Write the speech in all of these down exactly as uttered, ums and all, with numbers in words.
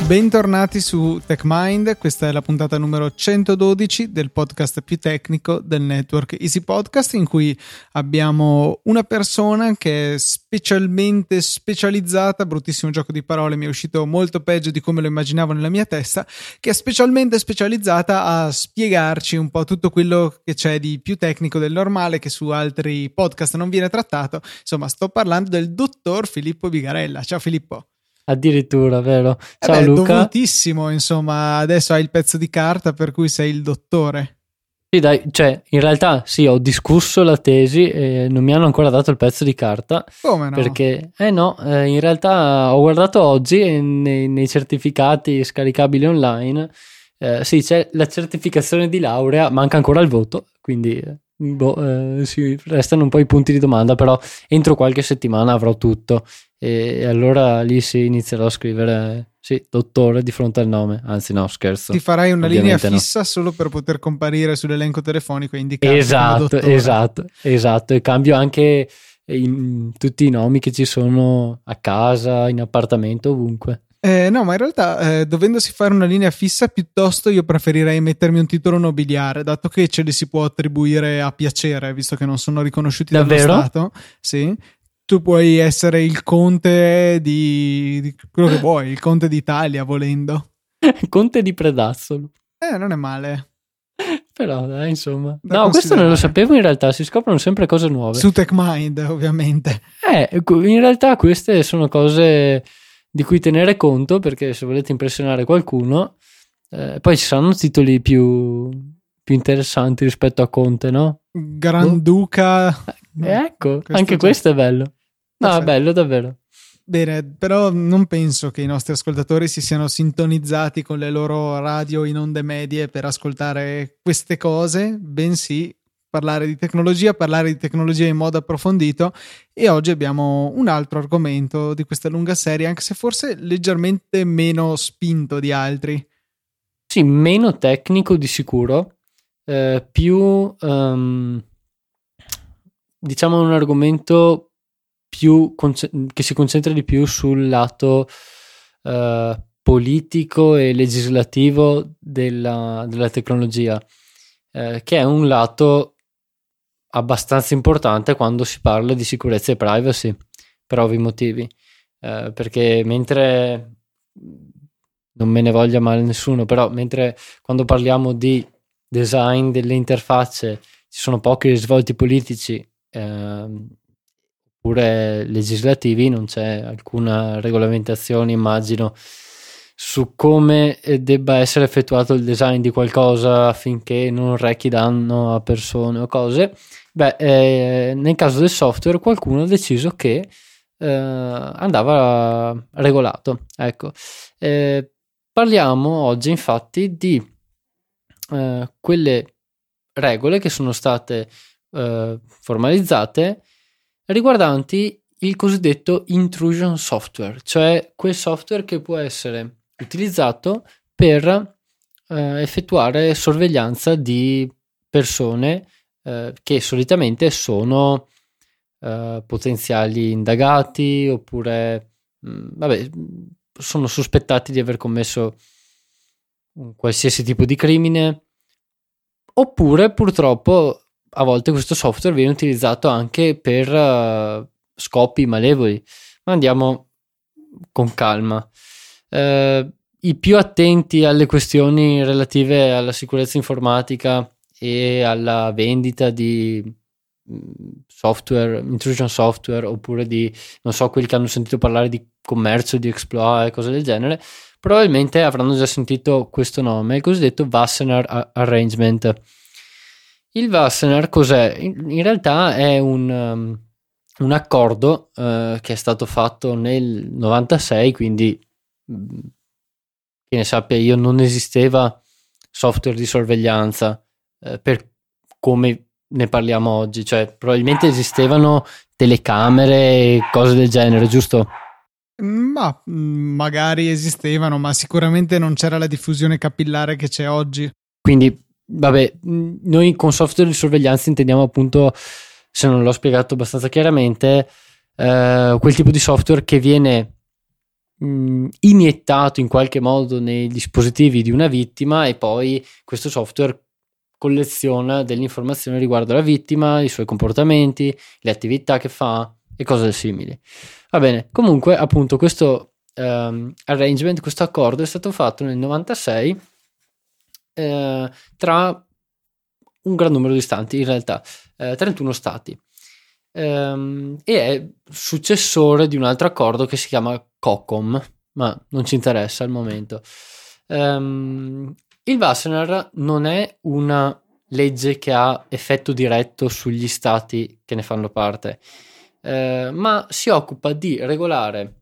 Bentornati su TechMind, questa è la puntata numero centododici del podcast più tecnico del network Easy Podcast, in cui abbiamo una persona che è specialmente specializzata, bruttissimo gioco di parole, mi è uscito molto peggio di come lo immaginavo nella mia testa, che è specialmente specializzata a spiegarci un po' tutto quello che c'è di più tecnico del normale, che su altri podcast non viene trattato. Insomma, sto parlando del dottor Filippo Vigarella. Ciao Filippo. Addirittura, vero? Ciao eh beh, Luca. Dovutissimo, insomma, adesso hai il pezzo di carta per cui sei il dottore. Sì, dai, cioè, in realtà sì, ho discusso la tesi e non mi hanno ancora dato il pezzo di carta. Come no? Perché, eh no, eh, in realtà ho guardato oggi e nei, nei certificati scaricabili online, eh, sì, c'è la certificazione di laurea, manca ancora il voto, quindi eh, boh, eh, sì, restano un po' i punti di domanda, però entro qualche settimana avrò tutto. E allora lì si inizierò a scrivere sì, dottore di fronte al nome, anzi no, scherzo. Ti farai una linea fissa no. Solo per poter comparire sull'elenco telefonico e indicare esatto, come dottore. Esatto, esatto, e cambio anche in, tutti i nomi che ci sono a casa, in appartamento, ovunque. Eh, no, ma in realtà eh, dovendosi fare una linea fissa, piuttosto io preferirei mettermi un titolo nobiliare, dato che ce li si può attribuire a piacere, visto che non sono riconosciuti Davvero? dallo Stato. Sì. Tu puoi essere il conte di, di quello che vuoi, il conte d'Italia volendo. Conte di Predazzolo. Eh, non è male. Però dai, insomma. Da no, questo non lo sapevo in realtà, si scoprono sempre cose nuove. Su TechMind, ovviamente. Eh, in realtà queste sono cose di cui tenere conto, perché se volete impressionare qualcuno, eh, poi ci saranno titoli più, più interessanti rispetto a Conte, no? Granduca. Oh. Ecco, questo anche già. Questo è bello. No, Perfetto. È bello davvero. Bene, però non penso che i nostri ascoltatori si siano sintonizzati con le loro radio in onde medie per ascoltare queste cose, bensì parlare di tecnologia, parlare di tecnologia in modo approfondito. E oggi abbiamo un altro argomento di questa lunga serie, anche se forse leggermente meno spinto di altri. Sì, meno tecnico di sicuro, eh, più um, diciamo un argomento più che si concentra di più sul lato uh, politico e legislativo della, della tecnologia, eh, che è un lato abbastanza importante quando si parla di sicurezza e privacy, per ovvi motivi, eh, perché mentre non me ne voglia male nessuno, però mentre quando parliamo di design delle interfacce ci sono pochi risvolti politici eh, oppure legislativi, non c'è alcuna regolamentazione, immagino, su come debba essere effettuato il design di qualcosa affinché non rechi danno a persone o cose. Beh, eh, nel caso del software qualcuno ha deciso che eh, andava regolato. Ecco, eh, parliamo oggi infatti di eh, quelle regole che sono state eh, formalizzate riguardanti il cosiddetto intrusion software, cioè quel software che può essere utilizzato per eh, effettuare sorveglianza di persone eh, che solitamente sono eh, potenziali indagati oppure mh, vabbè, sono sospettati di aver commesso un qualsiasi tipo di crimine, oppure purtroppo a volte questo software viene utilizzato anche per uh, scopi malevoli. Ma andiamo con calma. Uh, I più attenti alle questioni relative alla sicurezza informatica e alla vendita di software, intrusion software, oppure di, non so, quelli che hanno sentito parlare di commercio di exploit e cose del genere, probabilmente avranno già sentito questo nome, il cosiddetto Wassenaar Arrangement. Il Wassenaar cos'è? In, in realtà è un, um, un accordo uh, che è stato fatto nel novantasei, quindi mh, che ne sappia io non esisteva software di sorveglianza uh, per come ne parliamo oggi, cioè probabilmente esistevano telecamere e cose del genere, giusto? Ma magari esistevano, ma sicuramente non c'era la diffusione capillare che c'è oggi. Quindi vabbè, noi con software di sorveglianza intendiamo appunto, se non l'ho spiegato abbastanza chiaramente, eh, quel tipo di software che viene mh, iniettato in qualche modo nei dispositivi di una vittima, e poi questo software colleziona delle informazioni riguardo la vittima, i suoi comportamenti, le attività che fa e cose simili. Va bene, comunque appunto questo um, arrangement, questo accordo è stato fatto nel novantasei eh, tra un gran numero di stati, in realtà eh, trentuno stati, um, e è successore di un altro accordo che si chiama COCOM, ma non ci interessa al momento. Um, il Wassenaar non è una legge che ha effetto diretto sugli stati che ne fanno parte, eh, ma si occupa di regolare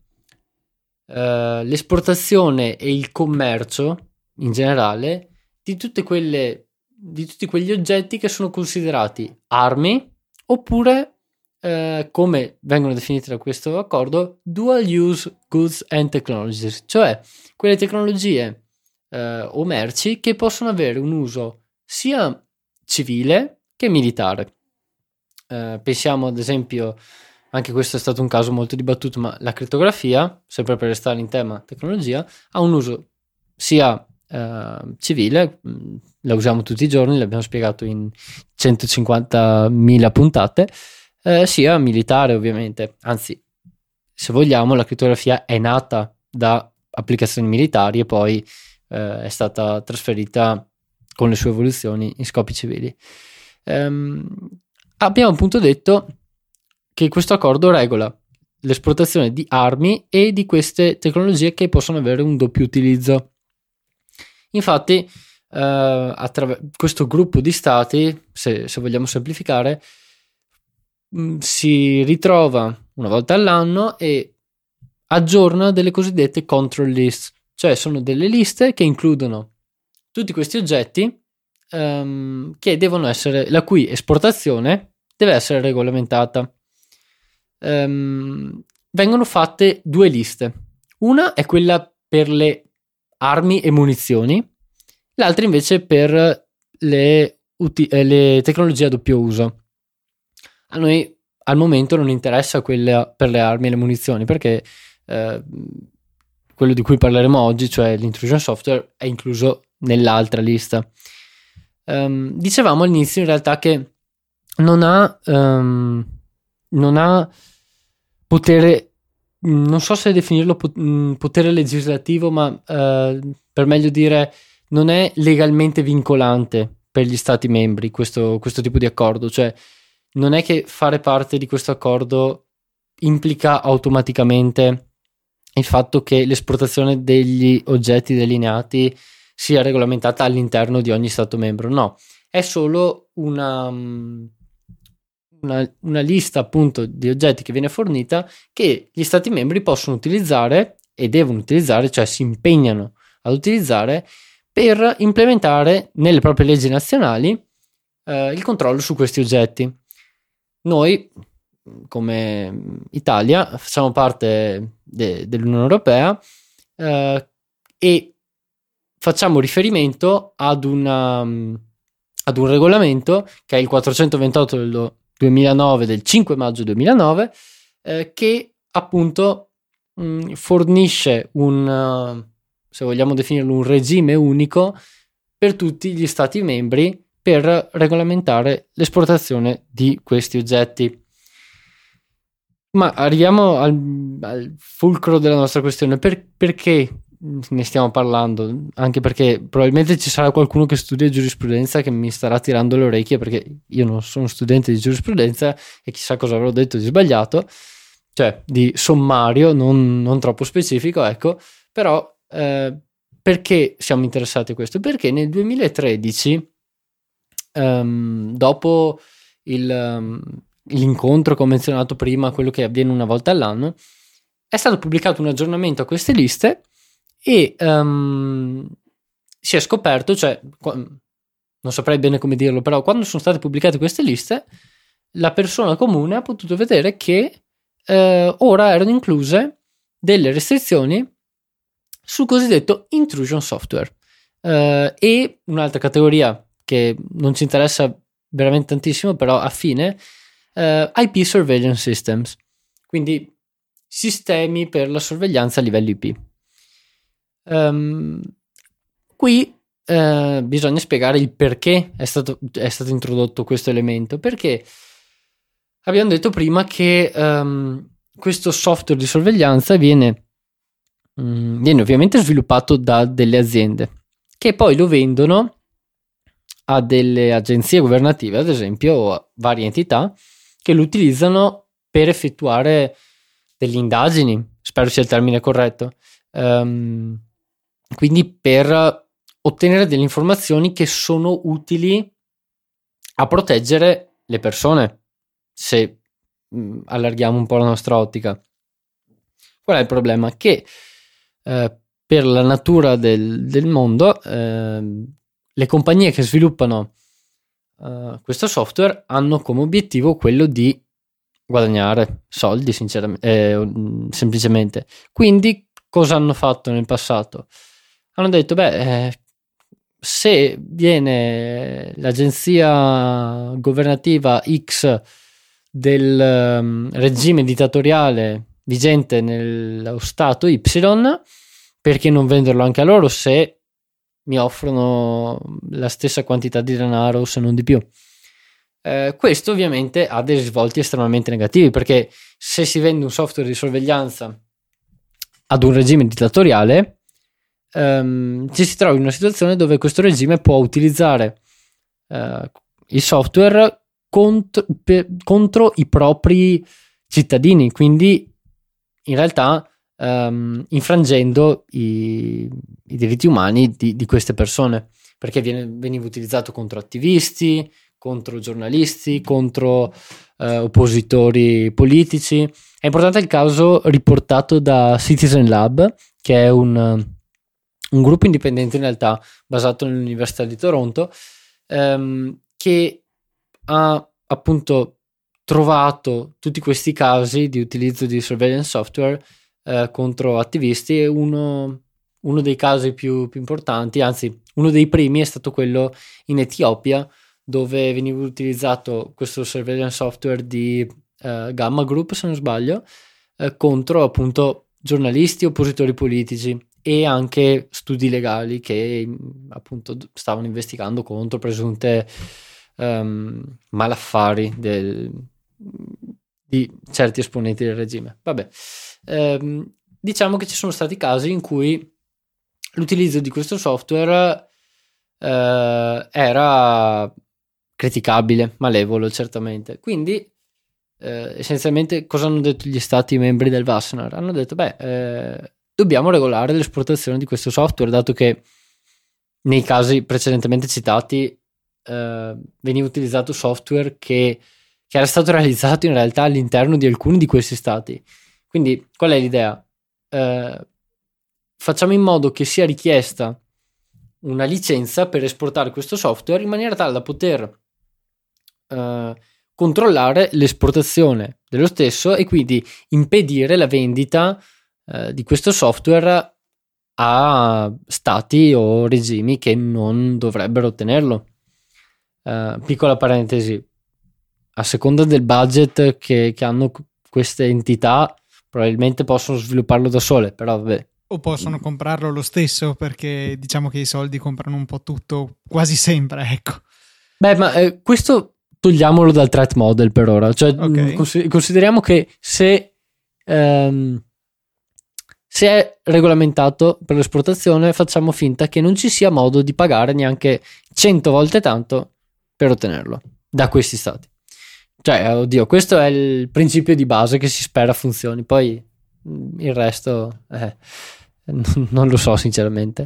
eh, l'esportazione e il commercio in generale di tutte quelle di tutti quegli oggetti che sono considerati armi, oppure eh, come vengono definiti da questo accordo, dual use goods and technologies, cioè quelle tecnologie eh, o merci che possono avere un uso sia civile che militare. Eh, pensiamo ad esempio, anche questo è stato un caso molto dibattuto, ma la crittografia, sempre per restare in tema tecnologia, ha un uso sia eh, civile, la usiamo tutti i giorni, l'abbiamo spiegato in centocinquantamila puntate, eh, sia militare ovviamente. Anzi, se vogliamo, la crittografia è nata da applicazioni militari e poi eh, è stata trasferita con le sue evoluzioni in scopi civili. Um, abbiamo appunto detto che questo accordo regola l'esportazione di armi e di queste tecnologie che possono avere un doppio utilizzo. Infatti uh, attraver- questo gruppo di stati, se, se vogliamo semplificare, mh, si ritrova una volta all'anno e aggiorna delle cosiddette control list, cioè sono delle liste che includono tutti questi oggetti um, che devono essere, la cui esportazione deve essere regolamentata. Um, vengono fatte due liste. Una è quella per le armi e munizioni, l'altra invece per le, uti- eh, le tecnologie a doppio uso. A noi al momento non interessa quella per le armi e le munizioni, perché eh, quello di cui parleremo oggi, cioè l'intrusion software, è incluso nell'altra lista. Um, dicevamo all'inizio in realtà che non ha um, non ha potere, non so se definirlo potere legislativo, ma uh, per meglio dire non è legalmente vincolante per gli stati membri questo, questo tipo di accordo, cioè non è che fare parte di questo accordo implica automaticamente il fatto che l'esportazione degli oggetti delineati sia regolamentata all'interno di ogni stato membro. No, è solo una, una, una lista appunto di oggetti che viene fornita, che gli stati membri possono utilizzare e devono utilizzare, cioè si impegnano ad utilizzare per implementare nelle proprie leggi nazionali eh, il controllo su questi oggetti. Noi, come Italia, facciamo parte de- dell'Unione Europea eh, e facciamo riferimento ad, una, ad un regolamento che è il quattrocentoventotto del duemilanove, del cinque maggio duemilanove, eh, che appunto mh, fornisce un, se vogliamo definirlo, un regime unico per tutti gli stati membri per regolamentare l'esportazione di questi oggetti. Ma arriviamo al, al fulcro della nostra questione. Per, perché ne stiamo parlando? Anche perché probabilmente ci sarà qualcuno che studia giurisprudenza che mi starà tirando le orecchie, perché io non sono studente di giurisprudenza e chissà cosa avrò detto di sbagliato, cioè di sommario, non, non troppo specifico, ecco. Però eh, perché siamo interessati a questo? Perché nel duemilatredici, um, dopo il... Um, l'incontro che ho menzionato prima, quello che avviene una volta all'anno, è stato pubblicato un aggiornamento a queste liste e um, si è scoperto, cioè non saprei bene come dirlo, però quando sono state pubblicate queste liste la persona comune ha potuto vedere che eh, ora erano incluse delle restrizioni sul cosiddetto intrusion software, eh, e un'altra categoria che non ci interessa veramente tantissimo, però affine, Uh, I P surveillance systems. Quindi sistemi per la sorveglianza a livello I P. Um, qui uh, bisogna spiegare il perché è stato, è stato introdotto questo elemento, perché abbiamo detto prima che um, questo software di sorveglianza viene, um, viene ovviamente sviluppato da delle aziende che poi lo vendono a delle agenzie governative, ad esempio, o a varie entità che lo utilizzano per effettuare delle indagini, spero sia il termine corretto, um, quindi per ottenere delle informazioni che sono utili a proteggere le persone, se mh, allarghiamo un po' la nostra ottica. Qual è il problema? Che eh, per la natura del, del mondo eh, le compagnie che sviluppano uh, questo software hanno come obiettivo quello di guadagnare soldi, sinceramente, eh, semplicemente. Quindi cosa hanno fatto nel passato? Hanno detto, beh, eh, se viene l'agenzia governativa X del um, regime dittatoriale vigente nello stato Y, perché non venderlo anche a loro se mi offrono la stessa quantità di denaro, se non di più? Eh, questo ovviamente ha dei risvolti estremamente negativi, perché se si vende un software di sorveglianza ad un regime dittatoriale, ehm, ci si trova in una situazione dove questo regime può utilizzare eh, il software contro, per, contro i propri cittadini, quindi in realtà Um, infrangendo i, i diritti umani di, di queste persone, perché viene, veniva utilizzato contro attivisti, contro giornalisti, contro uh, oppositori politici. È importante il caso riportato da Citizen Lab, che è un, un gruppo indipendente in realtà basato nell'Università di Toronto, um, che ha appunto trovato tutti questi casi di utilizzo di surveillance software Eh, contro attivisti, e uno, uno dei casi più, più importanti, anzi uno dei primi, è stato quello in Etiopia, dove veniva utilizzato questo surveillance software di eh, Gamma Group, se non sbaglio, eh, contro appunto giornalisti, oppositori politici e anche studi legali che appunto stavano investigando contro presunte um, malaffari del, di certi esponenti del regime. Vabbè. Eh, diciamo che ci sono stati casi in cui l'utilizzo di questo software eh, era criticabile, malevolo certamente. Quindi eh, essenzialmente cosa hanno detto gli stati membri del Wassenaar? Hanno detto beh eh, dobbiamo regolare l'esportazione di questo software, dato che nei casi precedentemente citati eh, veniva utilizzato software che, che era stato realizzato in realtà all'interno di alcuni di questi stati. Quindi qual è l'idea? Eh, facciamo in modo che sia richiesta una licenza per esportare questo software in maniera tale da poter eh, controllare l'esportazione dello stesso e quindi impedire la vendita eh, di questo software a stati o regimi che non dovrebbero ottenerlo. Eh, piccola parentesi, a seconda del budget che, che hanno queste entità, probabilmente possono svilupparlo da sole, però vabbè. O possono comprarlo lo stesso, perché diciamo che i soldi comprano un po' tutto, quasi sempre, ecco. Beh, ma eh, questo togliamolo dal threat model per ora. Cioè, okay. mh, consideriamo che se, ehm, se è regolamentato per l'esportazione, facciamo finta che non ci sia modo di pagare neanche cento volte tanto per ottenerlo da questi stati. Cioè, oddio, questo è il principio di base che si spera funzioni, poi il resto eh, non lo so sinceramente.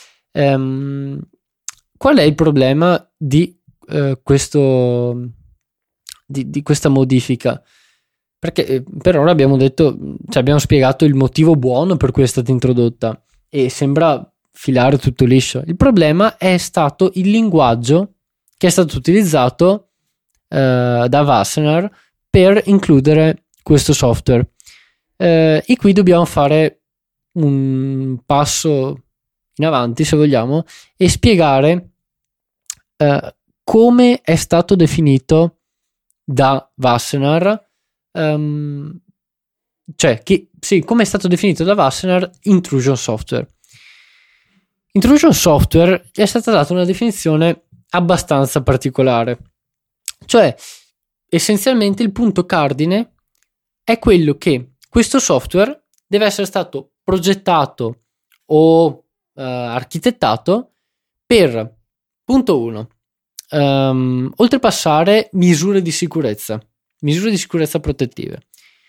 Um, qual è il problema di uh, questo di, di questa modifica? Perché eh, per ora abbiamo detto, cioè abbiamo spiegato il motivo buono per cui è stata introdotta e sembra filare tutto liscio. Il problema è stato il linguaggio che è stato utilizzato Uh, da Wassenaar per includere questo software, uh, e qui dobbiamo fare un passo in avanti, se vogliamo, e spiegare uh, come è stato definito da Wassenaar, um, cioè che, sì, come è stato definito da Wassenaar, intrusion software. Intrusion software è stata data una definizione abbastanza particolare, cioè essenzialmente il punto cardine è quello che questo software deve essere stato progettato o uh, architettato per, punto uno, um, oltrepassare misure di sicurezza, misure di sicurezza protettive.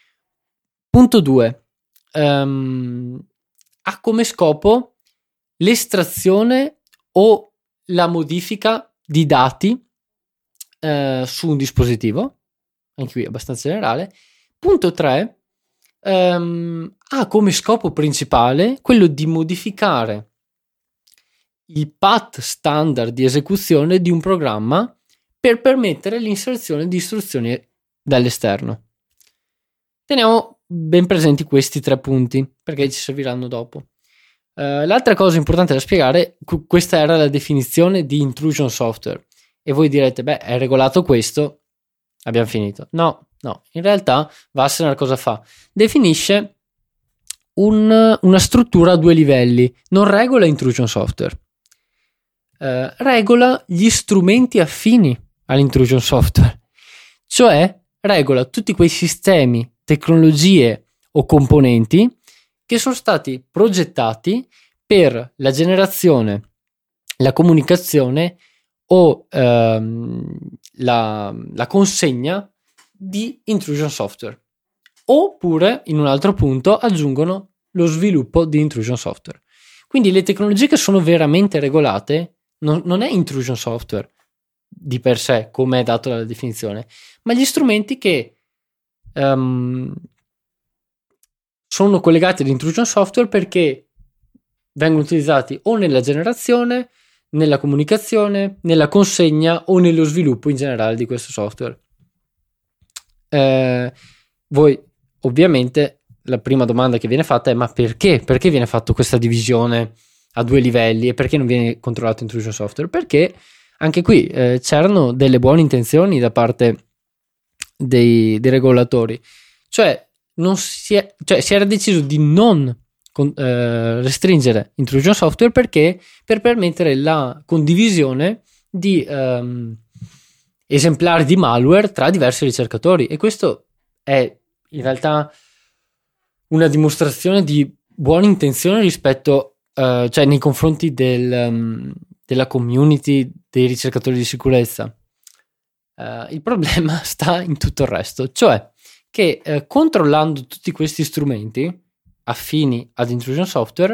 Punto due, um, ha come scopo l'estrazione o la modifica di dati uh, su un dispositivo, anche qui abbastanza generale. Punto tre, um, ha come scopo principale quello di modificare il path standard di esecuzione di un programma per permettere l'inserzione di istruzioni dall'esterno. Teniamo ben presenti questi tre punti perché ci serviranno dopo. Uh, l'altra cosa importante da spiegare, cu- questa era la definizione di intrusion software e voi direte, beh, è regolato questo, abbiamo finito. No, no, in realtà Wassenaar cosa fa? Definisce un, una struttura a due livelli, non regola intrusion software, uh, regola gli strumenti affini all'intrusion software, cioè regola tutti quei sistemi, tecnologie o componenti che sono stati progettati per la generazione, la comunicazione o ehm, la, la consegna di intrusion software, oppure in un altro punto aggiungono lo sviluppo di intrusion software. Quindi le tecnologie che sono veramente regolate non, non è intrusion software di per sé, come è dato dalla definizione, ma gli strumenti che um, sono collegati ad intrusion software perché vengono utilizzati o nella generazione, nella comunicazione, nella consegna o nello sviluppo in generale di questo software. Eh, voi ovviamente la prima domanda che viene fatta è: ma perché? Perché viene fatta questa divisione a due livelli e perché non viene controllato intrusion software? Perché anche qui eh, c'erano delle buone intenzioni da parte dei, dei regolatori, cioè non si, è, cioè si era deciso di non con, eh, restringere intrusion software perché per permettere la condivisione di ehm, esemplari di malware tra diversi ricercatori, e questo è in realtà una dimostrazione di buona intenzione rispetto eh, cioè nei confronti del, um, della community dei ricercatori di sicurezza. Uh, il problema sta in tutto il resto, cioè che eh, controllando tutti questi strumenti affini ad intrusion software,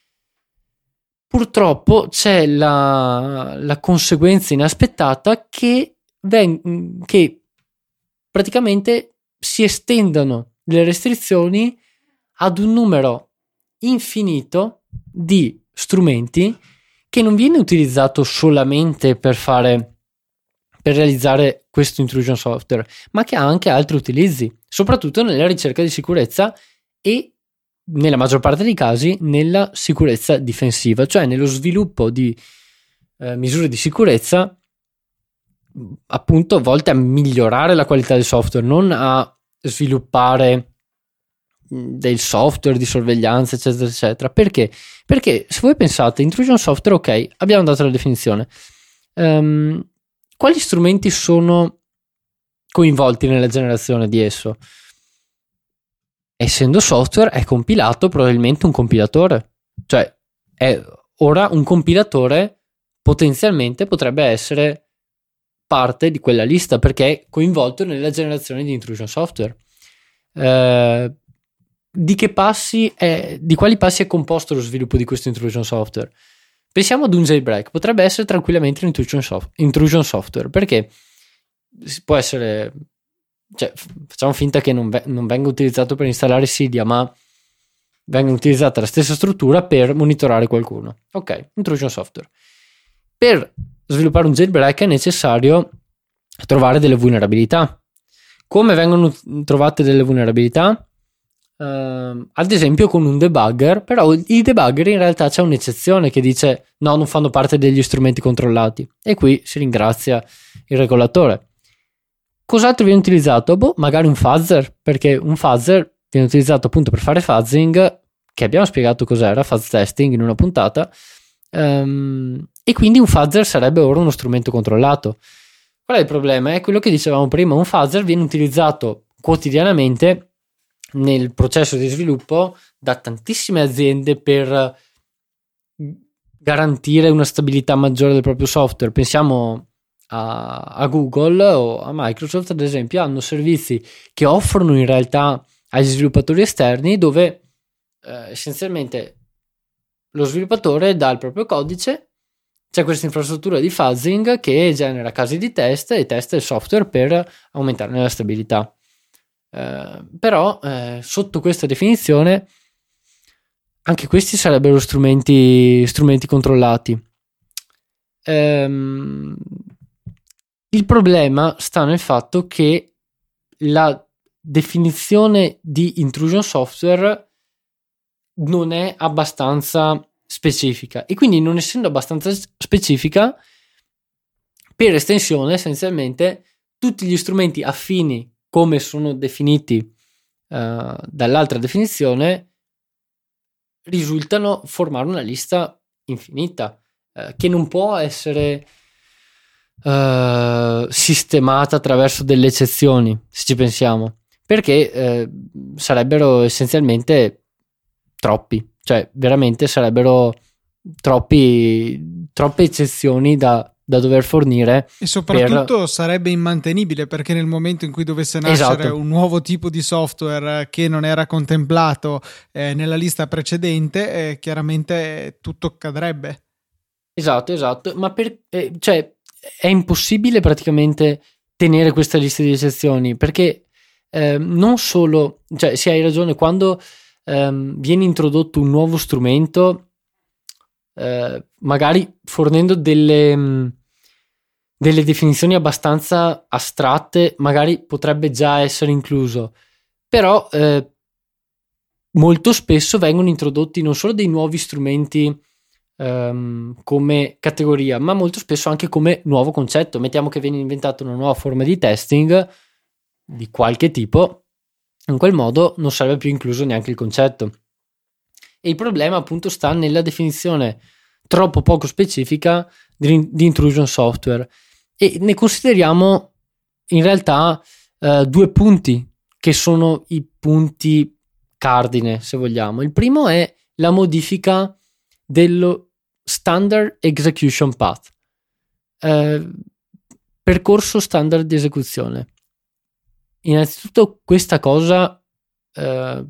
purtroppo c'è la, la conseguenza inaspettata che, ven- che praticamente si estendano le restrizioni ad un numero infinito di strumenti che non viene utilizzato solamente per fare per realizzare questo intrusion software, ma che ha anche altri utilizzi, soprattutto nella ricerca di sicurezza e nella maggior parte dei casi nella sicurezza difensiva, cioè nello sviluppo di eh, misure di sicurezza appunto volte a migliorare la qualità del software, non a sviluppare del software di sorveglianza eccetera eccetera. Perché? Perché se voi pensate intrusion software, ok, abbiamo dato la definizione, um, quali strumenti sono coinvolti nella generazione di esso? Essendo software è compilato probabilmente un compilatore, cioè è ora un compilatore potenzialmente potrebbe essere parte di quella lista perché è coinvolto nella generazione di intrusion software. Eh, di che passi è, di quali passi è composto lo sviluppo di questo intrusion software? Pensiamo ad un jailbreak, potrebbe essere tranquillamente un intrusion, soft, intrusion software, perché può essere, cioè, facciamo finta che non, ve, non venga utilizzato per installare Cydia, ma venga utilizzata la stessa struttura per monitorare qualcuno. Ok, intrusion software. Per sviluppare un jailbreak è necessario trovare delle vulnerabilità. Come vengono trovate delle vulnerabilità? Uh, ad esempio con un debugger, però il debugger in realtà c'è un'eccezione che dice no, non fanno parte degli strumenti controllati, e qui si ringrazia il regolatore. Cos'altro viene utilizzato? Boh, magari un fuzzer, perché un fuzzer viene utilizzato appunto per fare fuzzing, che abbiamo spiegato cos'era fuzz testing in una puntata, um, e quindi un fuzzer sarebbe ora uno strumento controllato. Qual è il problema? È quello che dicevamo prima: un fuzzer viene utilizzato quotidianamente nel processo di sviluppo da tantissime aziende per garantire una stabilità maggiore del proprio software. Pensiamo a, a Google o a Microsoft, ad esempio, hanno servizi che offrono in realtà agli sviluppatori esterni, dove eh, essenzialmente lo sviluppatore dà il proprio codice, c'è questa infrastruttura di fuzzing che genera casi di test e testa il software per aumentarne la stabilità. Eh, però eh, sotto questa definizione anche questi sarebbero strumenti, strumenti controllati. Ehm, il problema sta nel fatto che la definizione di intrusion software non è abbastanza specifica, e quindi, non essendo abbastanza specifica, per estensione essenzialmente tutti gli strumenti affini come sono definiti uh, dall'altra definizione risultano formare una lista infinita uh, che non può essere uh, sistemata attraverso delle eccezioni, se ci pensiamo, perché uh, sarebbero essenzialmente troppi, cioè veramente sarebbero troppi troppe eccezioni da da dover fornire, e soprattutto per... sarebbe immantenibile, perché nel momento in cui dovesse nascere esatto. un nuovo tipo di software che non era contemplato eh, nella lista precedente, eh, chiaramente tutto cadrebbe. Esatto, esatto, ma per, eh, cioè è impossibile praticamente tenere questa lista di eccezioni, perché eh, non solo, cioè se hai ragione, quando ehm, viene introdotto un nuovo strumento, Eh, magari fornendo delle, mh, delle definizioni abbastanza astratte, magari potrebbe già essere incluso, però eh, molto spesso vengono introdotti non solo dei nuovi strumenti ehm, come categoria, ma molto spesso anche come nuovo concetto. Mettiamo che viene inventata una nuova forma di testing di qualche tipo, in quel modo non sarebbe più incluso neanche il concetto. E il problema appunto sta nella definizione troppo poco specifica di, di intrusion software, e ne consideriamo in realtà eh, due punti che sono i punti cardine, se vogliamo. Il primo è la modifica dello standard execution path, eh, percorso standard di esecuzione. Innanzitutto questa cosa eh,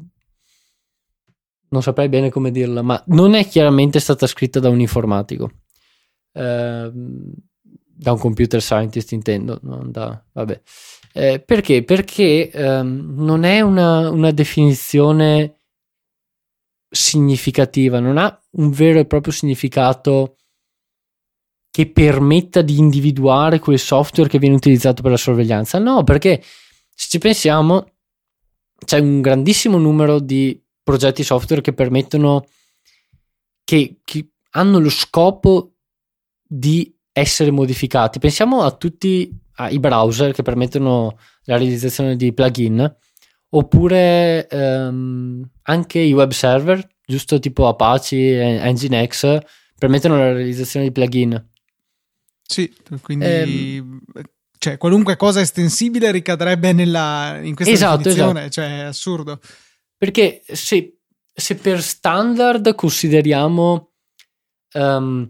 non saprei bene come dirla, ma non è chiaramente stata scritta da un informatico, eh, da un computer scientist intendo, non da, vabbè. Eh, perché? Perché ehm, non è una, una definizione significativa, non ha un vero e proprio significato che permetta di individuare quel software che viene utilizzato per la sorveglianza. No, perché se ci pensiamo c'è un grandissimo numero di progetti software che permettono, che, che hanno lo scopo di essere modificati. Pensiamo a tutti ai browser che permettono la realizzazione di plugin, oppure ehm, anche i web server, giusto, tipo Apache, Nginx, permettono la realizzazione di plugin. Sì, quindi ehm, cioè qualunque cosa estensibile ricadrebbe nella, in questa esatto, definizione, esatto. Cioè è assurdo. Perché se, se per standard consideriamo um,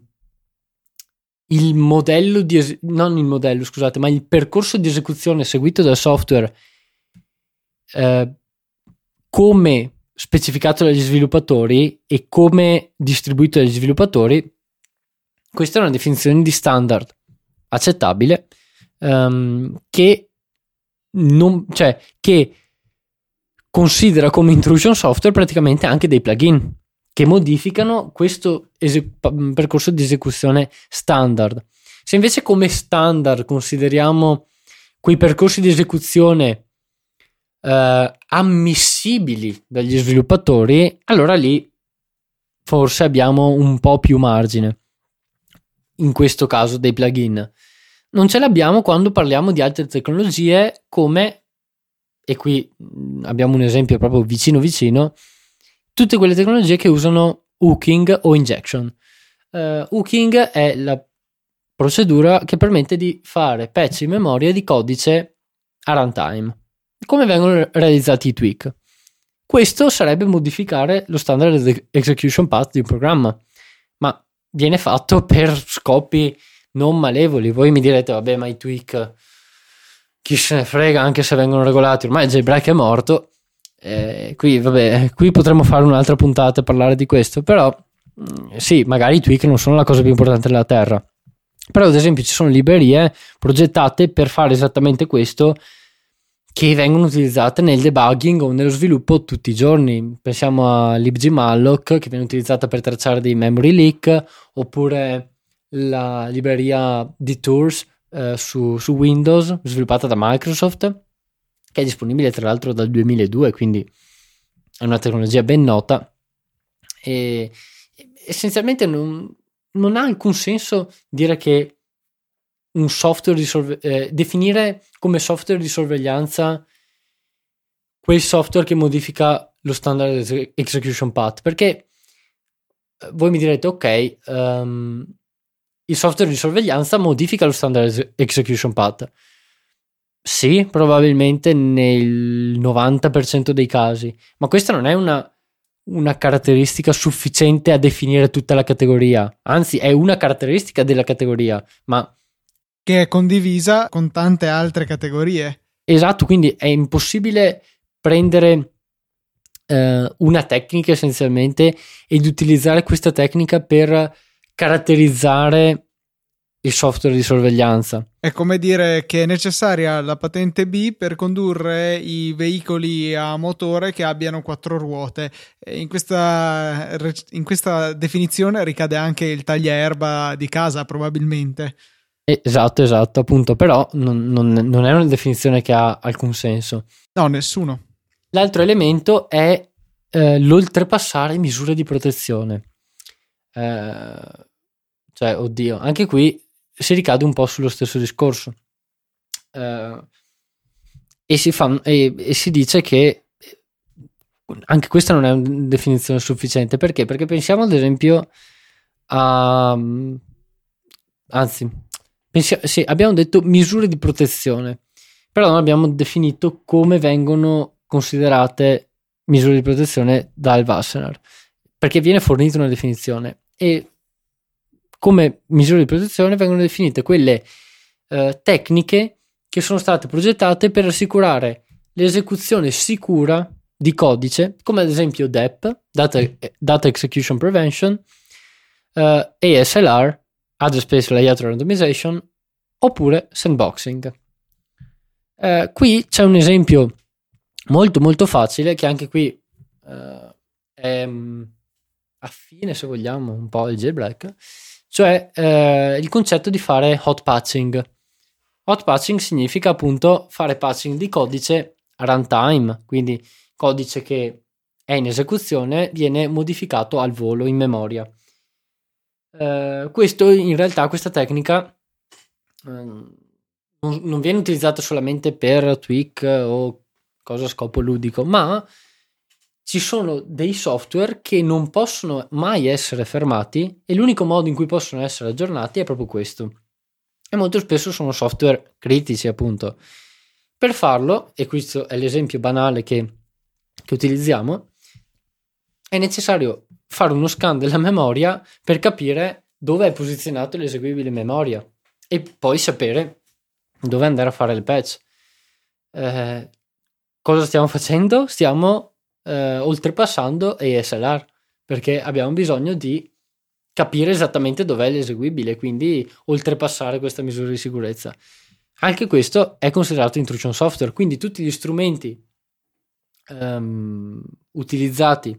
il modello di es- non il modello, scusate, ma il percorso di esecuzione seguito dal software eh, come specificato dagli sviluppatori e come distribuito dagli sviluppatori, questa è una definizione di standard accettabile, um, che non, cioè che considera come intrusion software praticamente anche dei plugin che modificano questo ese- percorso di esecuzione standard. Se invece come standard consideriamo quei percorsi di esecuzione eh, ammissibili dagli sviluppatori, allora lì forse abbiamo un po' più margine. In questo caso dei plugin non ce l'abbiamo quando parliamo di altre tecnologie come e qui abbiamo un esempio proprio vicino vicino, tutte quelle tecnologie che usano hooking o injection. Uh, hooking è la procedura che permette di fare patch in memoria di codice a runtime. Come vengono realizzati i tweak? Questo sarebbe modificare lo standard execution path di un programma, ma viene fatto per scopi non malevoli. Voi mi direte, vabbè, ma i tweak chi se ne frega, anche se vengono regolati, ormai il jailbreak è morto. Eh, qui, vabbè, qui potremmo fare un'altra puntata e parlare di questo, però mh, sì, magari i tweak non sono la cosa più importante della terra, però ad esempio ci sono librerie progettate per fare esattamente questo, che vengono utilizzate nel debugging o nello sviluppo tutti i giorni. Pensiamo a libgmalloc, che viene utilizzata per tracciare dei memory leak, oppure la libreria dtours eh, su, su Windows, sviluppata da Microsoft, che è disponibile tra l'altro dal duemiladue, quindi è una tecnologia ben nota, e essenzialmente non, non ha alcun senso dire che un software di sorve- eh, definire come software di sorveglianza quel software che modifica lo standard execution path, perché voi mi direte, ok, um, il software di sorveglianza modifica lo standard execution path. Sì, probabilmente nel novanta per cento dei casi, ma questa non è una, una caratteristica sufficiente a definire tutta la categoria, anzi è una caratteristica della categoria, ma che è condivisa con tante altre categorie. Esatto, quindi è impossibile prendere eh, una tecnica essenzialmente ed utilizzare questa tecnica per caratterizzare il software di sorveglianza. È come dire che è necessaria la patente B per condurre i veicoli a motore che abbiano quattro ruote. E in questa, in questa definizione ricade anche il tagliaerba di casa, probabilmente. Esatto, esatto, appunto, però non, non, non è una definizione che ha alcun senso. No, nessuno. L'altro elemento è eh, l'oltrepassare misure di protezione. Eh, cioè, oddio, anche qui si ricade un po' sullo stesso discorso. Eh, e, si fa, e, e si dice che anche questa non è una definizione sufficiente. Perché? Perché pensiamo ad esempio a... Anzi... Sì, abbiamo detto misure di protezione, però non abbiamo definito come vengono considerate misure di protezione dal Wassenaar, perché viene fornita una definizione, e come misure di protezione vengono definite quelle eh, tecniche che sono state progettate per assicurare l'esecuzione sicura di codice, come ad esempio D E P, Data, Data Execution Prevention, eh, A S L R, Address Space Layout Randomization, oppure sandboxing. Eh, qui c'è un esempio molto molto facile, che anche qui eh, è mh, affine, se vogliamo, un po' il jailbreak, cioè eh, il concetto di fare hot patching. Hot patching significa appunto fare patching di codice a runtime, quindi codice che è in esecuzione viene modificato al volo in memoria. Uh, questo in realtà, questa tecnica uh, non, non viene utilizzata solamente per tweak o cosa a scopo ludico, ma ci sono dei software che non possono mai essere fermati, e l'unico modo in cui possono essere aggiornati è proprio questo, e molto spesso sono software critici, appunto. Per farlo, e questo è l'esempio banale che, che utilizziamo, è necessario fare uno scan della memoria per capire dove è posizionato l'eseguibile in memoria e poi sapere dove andare a fare il patch. Eh, cosa stiamo facendo? Stiamo eh, oltrepassando A S L R, perché abbiamo bisogno di capire esattamente dov'è l'eseguibile, quindi oltrepassare questa misura di sicurezza. Anche questo è considerato intrusion software, quindi tutti gli strumenti um, utilizzati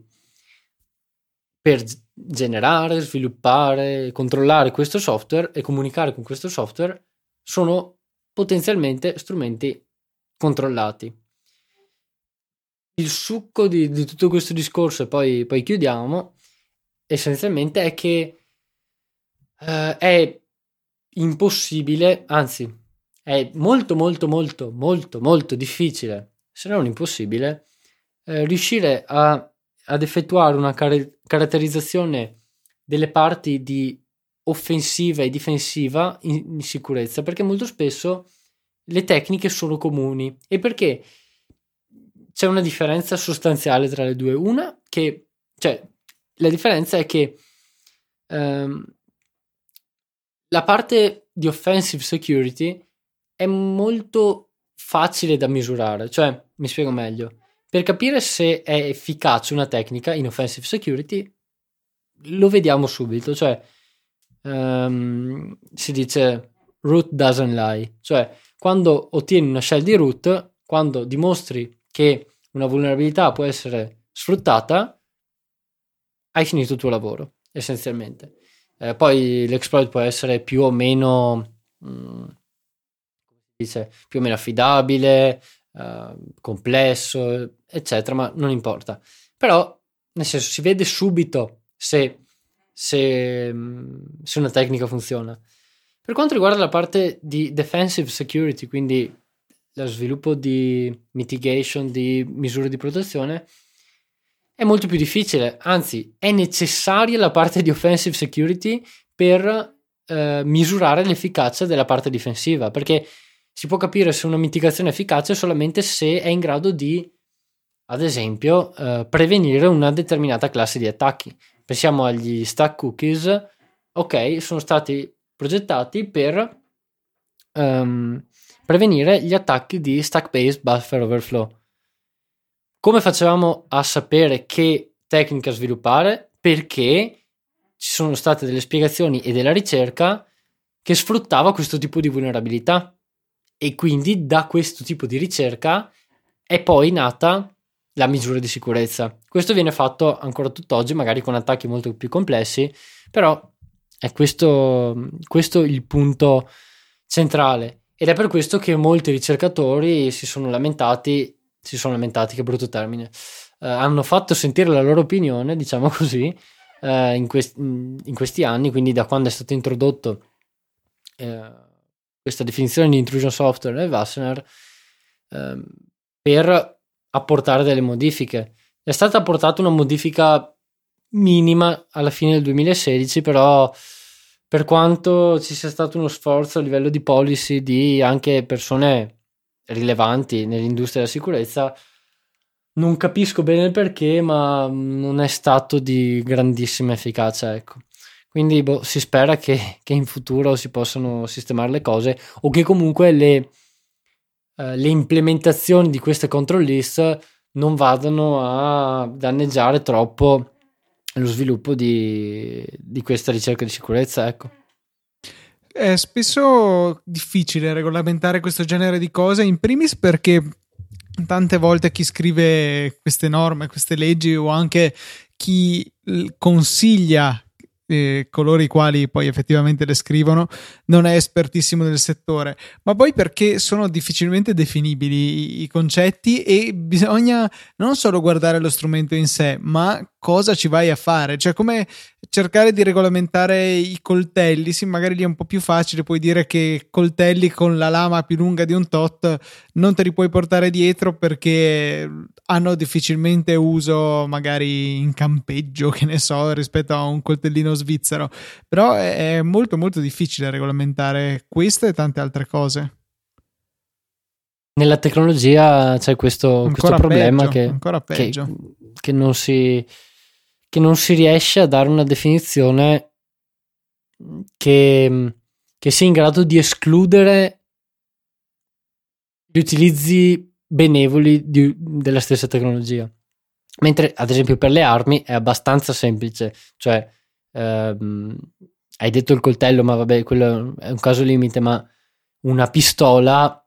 per generare, sviluppare, controllare questo software e comunicare con questo software sono potenzialmente strumenti controllati. Il succo di, di tutto questo discorso, e poi, poi chiudiamo, essenzialmente è che eh, è impossibile, anzi è molto molto molto molto molto difficile se non impossibile, eh, riuscire a, ad effettuare una car- caratterizzazione delle parti di offensiva e difensiva in, in sicurezza, perché molto spesso le tecniche sono comuni e perché c'è una differenza sostanziale tra le due. Una che, cioè, la differenza è che ehm, la parte di offensive security è molto facile da misurare, cioè, mi spiego meglio, per capire se è efficace una tecnica in offensive security lo vediamo subito, cioè um, si dice root doesn't lie, cioè quando ottieni una shell di root, quando dimostri che una vulnerabilità può essere sfruttata, hai finito il tuo lavoro, essenzialmente. Eh, poi l'exploit può essere più o meno mh, dice, più o meno affidabile, uh, complesso, eccetera, ma non importa. Però, nel senso, si vede subito se, se, se una tecnica funziona. Per quanto riguarda la parte di defensive security, quindi lo sviluppo di mitigation, di misure di protezione, è molto più difficile, anzi è necessaria la parte di offensive security per eh, misurare l'efficacia della parte difensiva, perché si può capire se una mitigazione è efficace solamente se è in grado di, ad esempio, eh, prevenire una determinata classe di attacchi. Pensiamo agli stack cookies, ok, sono stati progettati per um, prevenire gli attacchi di stack-based buffer overflow. Come facevamo a sapere che tecnica sviluppare? Perché ci sono state delle spiegazioni e della ricerca che sfruttava questo tipo di vulnerabilità, e quindi da questo tipo di ricerca è poi nata la misura di sicurezza. Questo viene fatto ancora tutt'oggi, magari con attacchi molto più complessi, però è questo, questo il punto centrale, ed è per questo che molti ricercatori si sono lamentati si sono lamentati, che brutto termine, eh, hanno fatto sentire la loro opinione, diciamo così, eh, in, quest- in questi anni, quindi da quando è stato introdotto eh, questa definizione di intrusion software nel Wassenaar, eh, per apportare delle modifiche. È stata apportata una modifica minima alla fine del duemilasedici, però per quanto ci sia stato uno sforzo a livello di policy di anche persone rilevanti nell'industria della sicurezza, non capisco bene il perché, ma non è stato di grandissima efficacia, ecco. Quindi boh, si spera che, che in futuro si possano sistemare le cose, o che comunque le, eh, le implementazioni di queste control list non vadano a danneggiare troppo lo sviluppo di, di questa ricerca di sicurezza, ecco. È spesso difficile regolamentare questo genere di cose, in primis perché tante volte chi scrive queste norme, queste leggi, o anche chi consiglia eh, coloro i quali poi effettivamente le scrivono, non è espertissimo del settore, ma poi perché sono difficilmente definibili i, i concetti, e bisogna non solo guardare lo strumento in sé, ma cosa ci vai a fare, cioè come cercare di regolamentare i coltelli. Sì, magari lì è un po' più facile, puoi dire che coltelli con la lama più lunga di un tot non te li puoi portare dietro perché hanno difficilmente uso magari in campeggio, che ne so, rispetto a un coltellino svizzero, però è molto molto difficile regolamentare questo e tante altre cose. Nella tecnologia c'è questo, questo problema peggio, che, ancora peggio. che, che non si che non si riesce a dare una definizione che, che sia in grado di escludere gli utilizzi benevoli di, della stessa tecnologia. Mentre ad esempio per le armi è abbastanza semplice, cioè ehm, hai detto il coltello, ma vabbè, quello è un caso limite, ma una pistola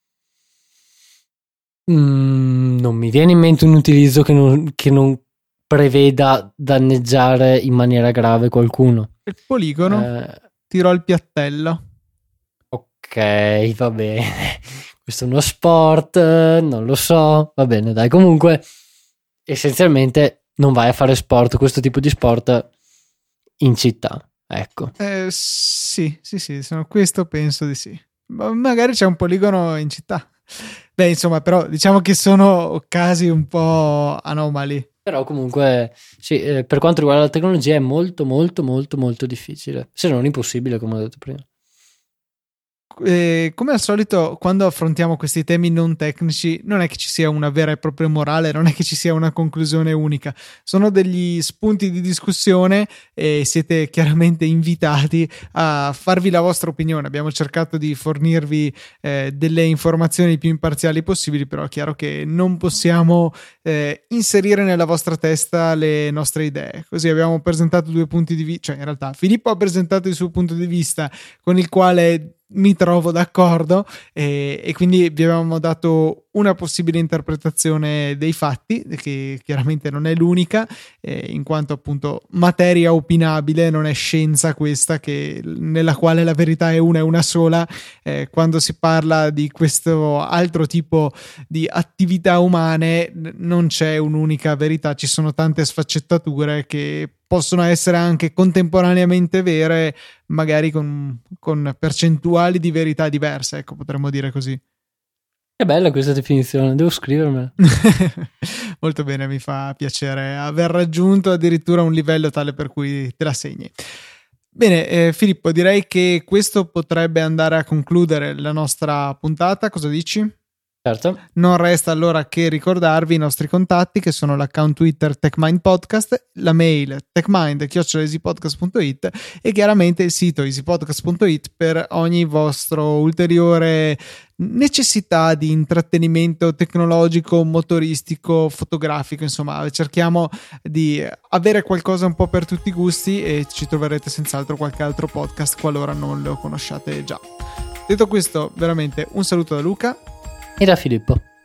mm, non mi viene in mente un utilizzo che non, che non preveda danneggiare in maniera grave qualcuno. Il poligono, eh, tiro al piattello. Ok, va bene. Questo è uno sport, non lo so. Va bene, dai. Comunque, essenzialmente non vai a fare sport, questo tipo di sport, in città. Ecco. Eh, sì, sì, sì. Sono questo penso di sì. Ma magari c'è un poligono in città. Beh, insomma, però diciamo che sono casi un po' anomali. Però comunque, sì, eh, per quanto riguarda la tecnologia è molto, molto, molto, molto difficile, se non impossibile, come ho detto prima. Eh, come al solito, quando affrontiamo questi temi non tecnici, non è che ci sia una vera e propria morale, non è che ci sia una conclusione unica, sono degli spunti di discussione e siete chiaramente invitati a farvi la vostra opinione. Abbiamo cercato di fornirvi eh, delle informazioni più imparziali possibili, però è chiaro che non possiamo eh, inserire nella vostra testa le nostre idee. Così abbiamo presentato due punti di vista, cioè in realtà Filippo ha presentato il suo punto di vista con il quale mi trovo d'accordo e, e quindi vi avevamo dato una possibile interpretazione dei fatti, che chiaramente non è l'unica, eh, in quanto appunto materia opinabile, non è scienza questa che, nella quale la verità è una e una sola. Eh, quando si parla di questo altro tipo di attività umane non c'è un'unica verità, ci sono tante sfaccettature che possono essere anche contemporaneamente vere, magari con, con percentuali di verità diverse, ecco, potremmo dire così. È bella questa definizione, devo scrivermela. Molto bene, mi fa piacere aver raggiunto addirittura un livello tale per cui te la segni. Bene, eh, Filippo, direi che questo potrebbe andare a concludere la nostra puntata, cosa dici? Certo. Non resta allora che ricordarvi i nostri contatti, che sono l'account Twitter TechMind Podcast, la mail techmind chiocciola easypodcast punto it e chiaramente il sito easypodcast punto it per ogni vostro ulteriore necessità di intrattenimento tecnologico, motoristico, fotografico. Insomma, cerchiamo di avere qualcosa un po' per tutti i gusti e ci troverete senz'altro qualche altro podcast qualora non lo conosciate già. Detto questo, veramente un saluto da Luca E da Filippo.